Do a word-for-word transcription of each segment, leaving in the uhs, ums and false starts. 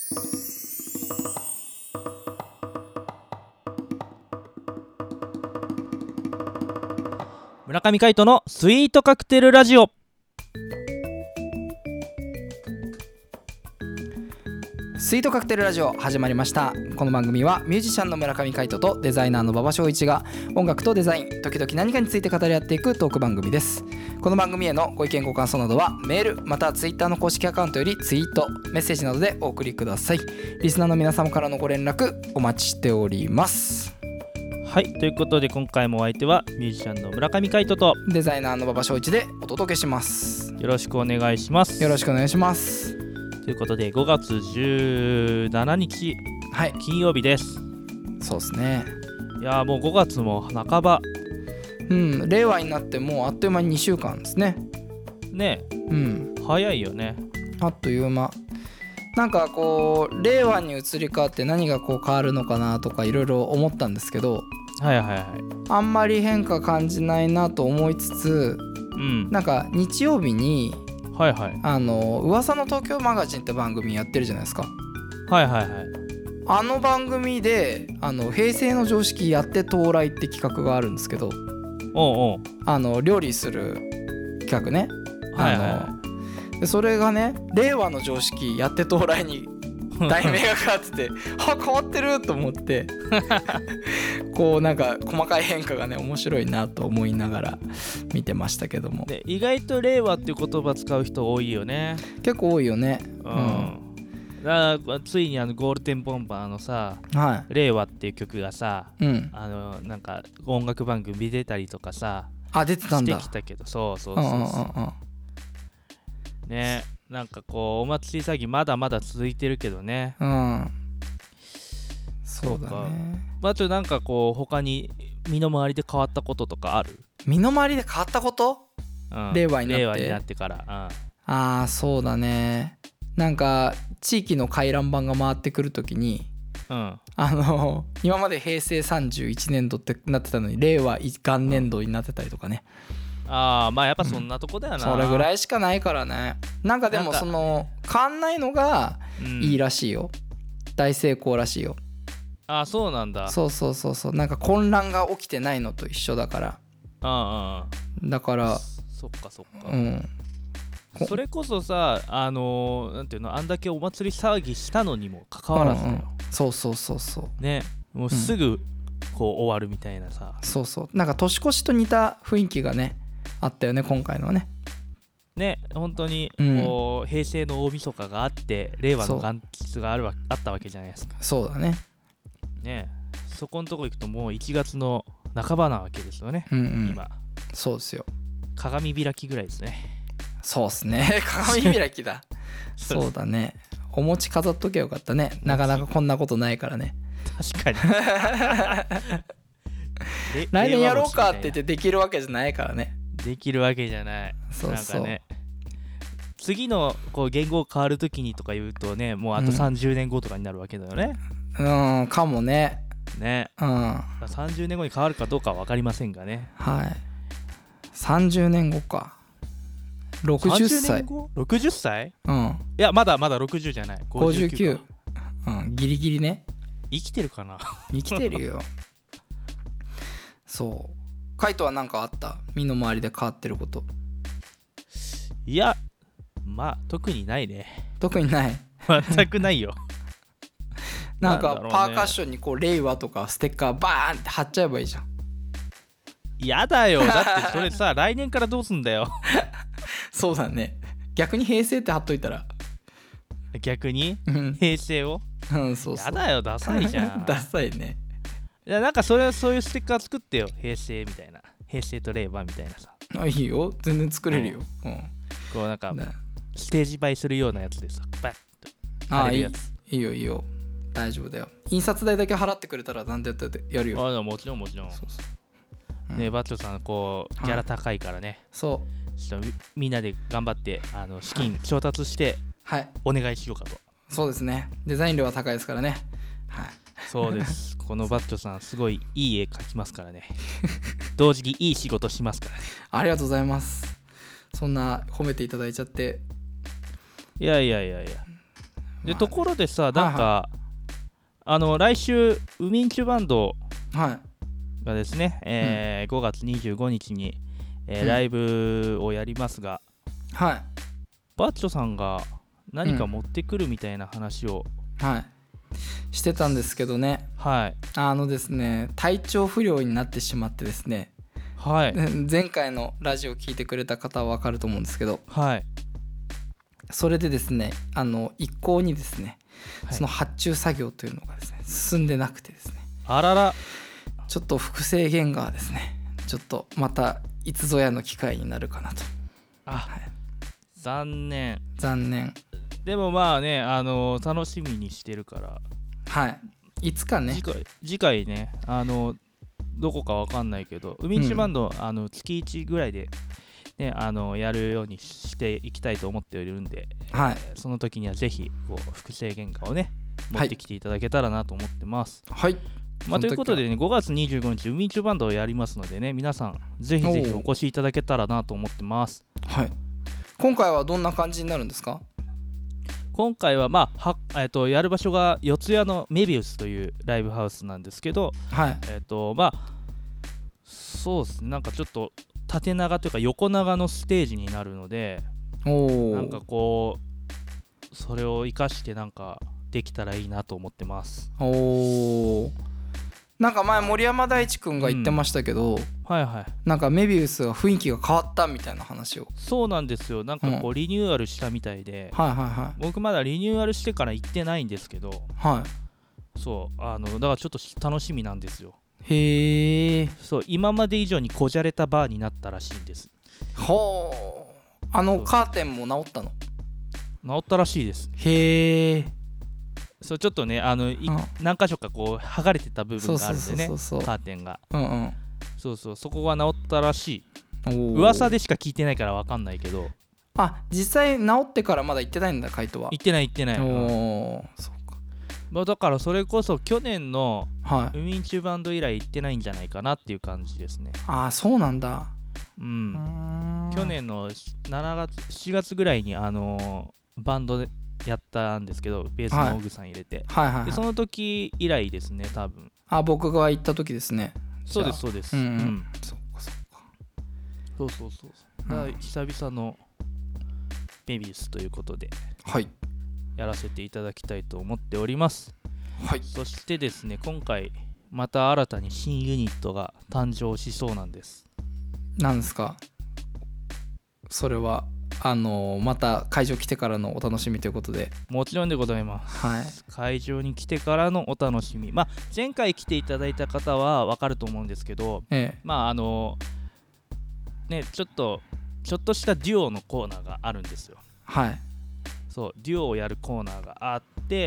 村上海人のスイートカクテルラジオ。 スイートカクテルラジオ始まりました。この番組はミュージシャンの村上海人とデザイナーの馬場翔一が音楽とデザイン、時々何かについて語り合っていくトーク番組です。この番組へのご意見ご感想などはメールまたはツイッターの公式アカウントよりツイート、メッセージなどでお送りください。リスナーの皆様からのご連絡お待ちしております。 はい、ということで今回もお相手はミュージシャンの村上海人とデザイナーの馬場翔一でお届けします。 よろしくお願いします。 よろしくお願いします。 ということでごがつじゅうしちにち、はい、金曜日です。 そうですね。 いやもうごがつも半ば、 うん、令和になってもうあっという間ににしゅうかんですね。 ねえ、 うん、 早いよね。 あっという間。なんかこう令和に移り変わって何がこう変わるのかなとかいろいろ思ったんですけど、 はいはいはい、 あんまり変化感じないなと思いつつ、 うん、 なんか日曜日にはいはい、 あの噂の東京マガジンって番組やってるじゃないですか。 はいはいはい。 あの番組であの平成の常識やって到来って企画があるんですけど、 おうおう、 あの料理する企画ね。 はいはいはい、 あのでそれがね令和の常識やって到来に題名が変わっててあ変わってると思ってこうなんか細かい変化がね面白いなと思いながら見てましたけども、 で意外と令和っていう言葉使う人多いよね。 結構多いよね。 うん、うん、だからついにあのゴールデンボンバーのさ、はい、令和っていう曲がさ、うん、あのなんか音楽番組出たりとかさ、 あ出てたんだ。 してきたけど、そうそうそうそう、うんうんうん、ね、なんかこうお祭り詐欺まだまだ続いてるけどね。うん。 そうだね。 あとなんかこう他に身の回りで変わったこととかある？ 身の回りで変わったこと？うん、令和になって。 令和になってから。うん、 ああそうだね。なんか地域の回覧板が回ってくるときに、うん、あの今まで平成さんじゅういちねんどってなってたのに令和元年度になってたりとかね。 ああまあやっぱそんなとこだよな、 うん、それぐらいしかないからね。なんかでもその変わんないのがいいらしいよ、うん、大成功らしいよ。 ああそうなんだ。 そうそうそうそう、なんか混乱が起きてないのと一緒だから。ああだからそっかそっか、 うん、 それこそさあのー、なんていうの、あんだけお祭り騒ぎしたのにもかかわらずだよ、うんうん、 そうそうそうそうね、もうすぐこう終わるみたいなさ、 うん、そうそう、なんか年越しと似た雰囲気がねあったよね今回のはね。 ね、本当にこう、うん、平成の大晦日があって令和の元日があるわあったわけじゃないですか。 そうだね。 ね、そこのとこ行くともういちがつの半ばなわけですよね、うんうん、今。 そうですよ。 鏡開きぐらいですね。 そうっすね、鏡開きだそうだね、お餅飾っときゃよかったね。なかなかこんなことないからね。 確かに来年やろうかって言ってできるわけじゃないからね。 できるわけじゃない。 そうそう、 なんかね、次のこう言語変わるときにとか言うとね、もうあとさんじゅうねんごとかになるわけだよね。 うん、うん、かもね。 ね、うん、さんじゅうねんごに変わるかどうかは分かりませんがね。 はい。さんじゅうねんごか。ろくじゅっさい。 ろくじゅっさい？ うん。 いやまだまだろくじゅうじゃない。 ごじゅうきゅう。うん、ギリギリね。 生きてるかな？ 生きてるよ。そう。カイトは何かあった？身の回りで変わってること。 いや、まあ特にないね。 特にない。 全くないよ。 なんかパーカッションにこう令和とかステッカーバーンって貼っちゃえばいいじゃん。 やだよ。だってそれさ来年からどうすんだよ。 そうだね。逆に平成って貼っといたら。 逆に平成を、 うん、そうそう。 やだよ、ダサいじゃん。 ダサいね。 いやなんかそれはそういうステッカー作ってよ。平成みたいな、平成と令和みたいなさ。 あ、いいよ、全然作れるよ、うんうん、 こうなんかステージ映えするようなやつでさバッと貼れるやつ。 あ、いい、いいよいいよ、大丈夫だよ。印刷代だけ払ってくれたら何でやったってやるよ。 あ、もちろんもちろん。そうそう、うん、ね、バッチョさんこうギャラ高いからね、はい、そうちょっとみんなで頑張ってあの資金調達してお願いしようかと、はい、 そうですね。デザイン料は高いですからね。はい、 そうですこのバッチョさんすごいいい絵描きますからね。同時にいい仕事しますからね。 ありがとうございます。そんな褒めていただいちゃって。 いやいやいやいや、 でところでさ、なんか、はいはい、あの来週ウミンチュバンドがですね、はい、えーうん、ごがつにじゅうごにちに、えーうん、ライブをやりますが、はい、バッチョさんが何か持ってくるみたいな話を、 うん、はい、してたんですけどね、はい、あのですね、体調不良になってしまってですね、はい、前回のラジオ聞いてくれた方は分かると思うんですけど、はい、それでですね、あの一向にですね、はい、その発注作業というのがですね進んでなくてですね、 あらら、 ちょっと複製原画はですね、ちょっとまたいつぞやの機会になるかなと。 あ、はい、残念残念。 でもまあね、あのー、楽しみにしてるから、 はい、いつかね、 次回、次回ね、あのどこかわかんないけど、ウミンチュバンド、うん、あの月いちぐらいで、ね、あのやるようにしていきたいと思っているんで、はい、えー、その時にはぜひこう複製原画をね持ってきていただけたらなと思ってます。はい、まあ、ということでね、ごがつにじゅうごにちウミンチュバンドをやりますのでね、皆さんぜひぜひお越しいただけたらなと思ってます。 はい、今回はどんな感じになるんですか？ 今回は、まあはえー、とやる場所が四谷のメビウスというライブハウスなんですけど、はい、えーとまあ、そうですね、なんかちょっと縦長というか横長のステージになるので、おなんかこうそれを生かしてなんかできたらいいなと思ってます。 おなんか前森山大地くんが言ってましたけど、うん、はいはい、なんかメビウスが雰囲気が変わったみたいな話を。 そうなんですよ、なんかこうリニューアルしたみたいで、うん、はいはいはい、僕まだリニューアルしてから行ってないんですけど、はい、そうあのだからちょっと楽しみなんですよ。へえ。そう、今まで以上にこじゃれたバーになったらしいんです。 ほう、あのカーテンも直ったの？ 直ったらしいです。 へえ。 そう、ちょっとね、あの、うん、何箇所かこう剥がれてた部分があるんでね、カーテンが、うんうん、そうそう、そこが直ったらしい。噂でしか聞いてないから分かんないけど。 あ、実際直ってからまだ行ってないんだ、カイトは。 行ってない行ってない。おー、そうか。まあ、だからそれこそ去年のウミンチュバンド以来行ってないんじゃないかなっていう感じですね。 ああ、そうなんだ。 うん。去年のしちがつしちがつぐらいにあのー、バンドでやったんですけど、ベースのオグさん入れて、はいはいはいはい、でその時以来ですね、多分。 あ、僕が行った時ですね。 そうですそうです。うん、うんうん、そうかそうか。そうそうそう。だから久々のメビウスということで、はい、やらせていただきたいと思っております。はい。そしてですね、今回また新たに新ユニットが誕生しそうなんです。 なんですか？それはあのー、また会場来てからのお楽しみということで。 もちろんでございます、はい、会場に来てからのお楽しみ、まあ、前回来ていただいた方は分かると思うんですけど、ええ、まああのね、ちょっとちょっとしたデュオのコーナーがあるんですよ。はい。そうデュオをやるコーナーがあって、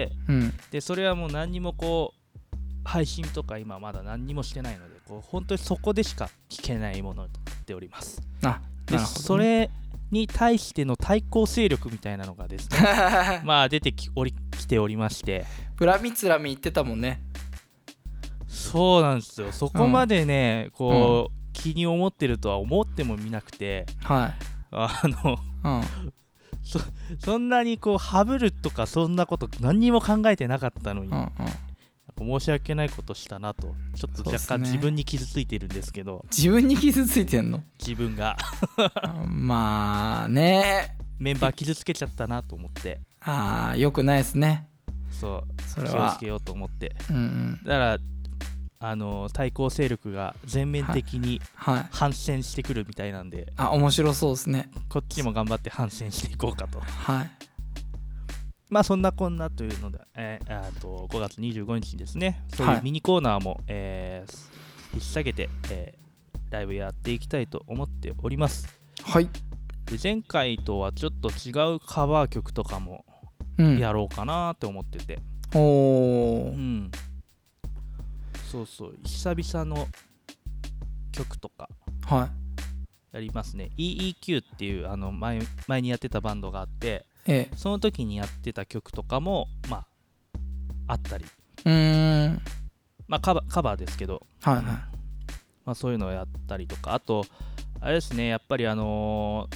うん、でそれはもう何にもこう配信とか今まだ何にもしてないので、こう本当にそこでしか聞けないものとなっております。あ、で、ね、それに対しての対抗勢力みたいなのがですねまあ出てきおりきておりまして、 プラミツラミ言ってたもんね。 そうなんですよ。そこまでね、うん、こう、うん、気に思ってるとは思ってもみなくて、はい、あの、うん、そ, そんなにこうハブるとかそんなこと何にも考えてなかったのに、うんうん、申し訳ないことしたなとちょっと若干自分に傷ついてるんですけど。 自分に傷ついてんの？ 自分がまあね、 メンバー傷つけちゃったなと思って。 ああ、よくないですね。 そうそれは気をつけようと思って、うんうん、だからあの対抗勢力が全面的に反戦してくるみたいなんで、はいはい、 あ、面白そうですね。 こっちも頑張って反戦していこうかと。はい。まあそんなこんなというので、えー、あとごがつにじゅうごにちにですね、そういうミニコーナーも、はい、えー、引っ提げて、えー、ライブやっていきたいと思っております。はい。で前回とはちょっと違うカバー曲とかもやろうかなって思ってて、うん、おー、うん、そうそう、久々の曲とかやりますね。 イーイーキュー っていうあの 前, 前にやってたバンドがあって、ええ、その時にやってた曲とかもまああったり、うーん、まあカバー、カバーですけど、はいはい、まあ、そういうのをやったりとか、あとあれですね、やっぱりあのー、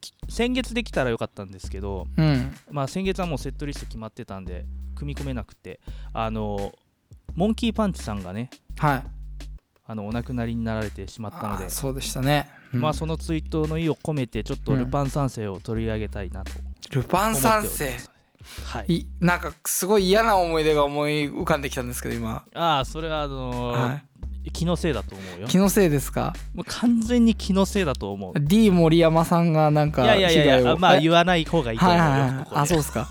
先月できたらよかったんですけど、 うんまあ、先月はもうセットリスト決まってたんで組み込めなくて、あのモンキーパンチさんがね、 はい、 あのお亡くなりになられてしまったので、 そうでしたね、うん、 まあ、その追悼の意を込めてちょっとルパン三世を取り上げたいなと、うん、 ルパン三世、はい、いなんかすごい嫌な思い出が思い浮かんできたんですけど今。 ああ、それはあのーはい、気のせいだと思うよ。 気のせいですか？ もう完全に気のせいだと思う。 D 森山さんがなんか被害を、いやいやいや、 まあ言わない方がいいと思うよ、はいはいはい、 ここで。あ、そうですか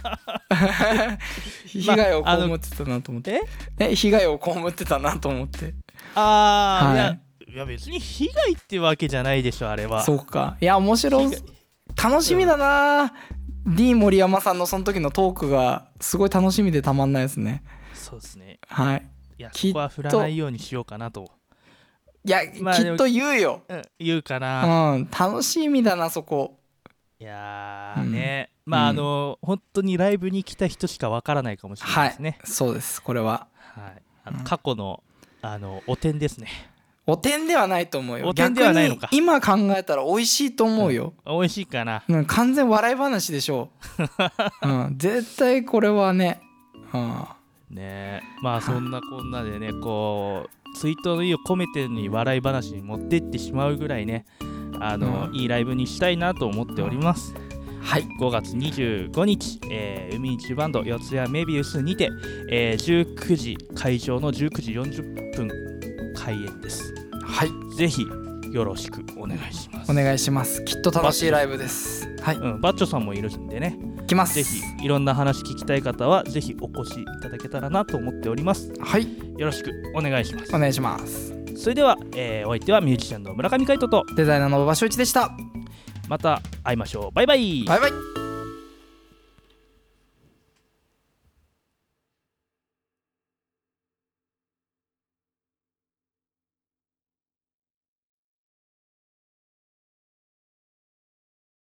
被害を被ってたなと思って、まあ、え被害を被ってたなと思って。 ああ、はい、いやいや別に被害ってわけじゃないでしょあれは。 そうか。いや面白い、楽しみだな、うん、D 森山さんのその時のトークがすごい楽しみでたまんないですね。 そうですね。 はい。 いやそこは振らないようにしようかなと。 いや、まあ、きっと言うよ、 うん、言うかな、 うん、楽しみだなそこ。 いやー、うん、ね、まああの、うん、本当にライブに来た人しかわからないかもしれないですね。 はい、そうです。これは、 はい、あの過去の、あのお点ですね。 お点ではないと思うよ。 お点ではないのか。 逆に今考えたら美味しいと思うよ、 うん、美味しいかな、 うん、完全笑い話でしょう、うん、絶対これはね、うん、 ね、まあそんなこんなでね、こう追悼の意を込めてに笑い話に持ってってしまうぐらいね、あの、うん、いいライブにしたいなと思っております。はい、ごがつにじゅうごにち、えー、海一バンド四谷メビウスにて、えー、じゅうくじ会場のじゅうくじよんじゅっぷん開演です。はい、ぜひよろしくお願いします。 お願いします。きっと楽しいライブです。はい、 うん、バッチョさんもいるんでね、 来ます。 ぜひいろんな話聞きたい方はぜひお越しいただけたらなと思っております。 はい、 よろしくお願いします。 お願いします。 それでは、えー、お相手はミュージシャンの村上海人とデザイナーの馬場翔一でした。 また会いましょう。バイバイ。 バイバイ。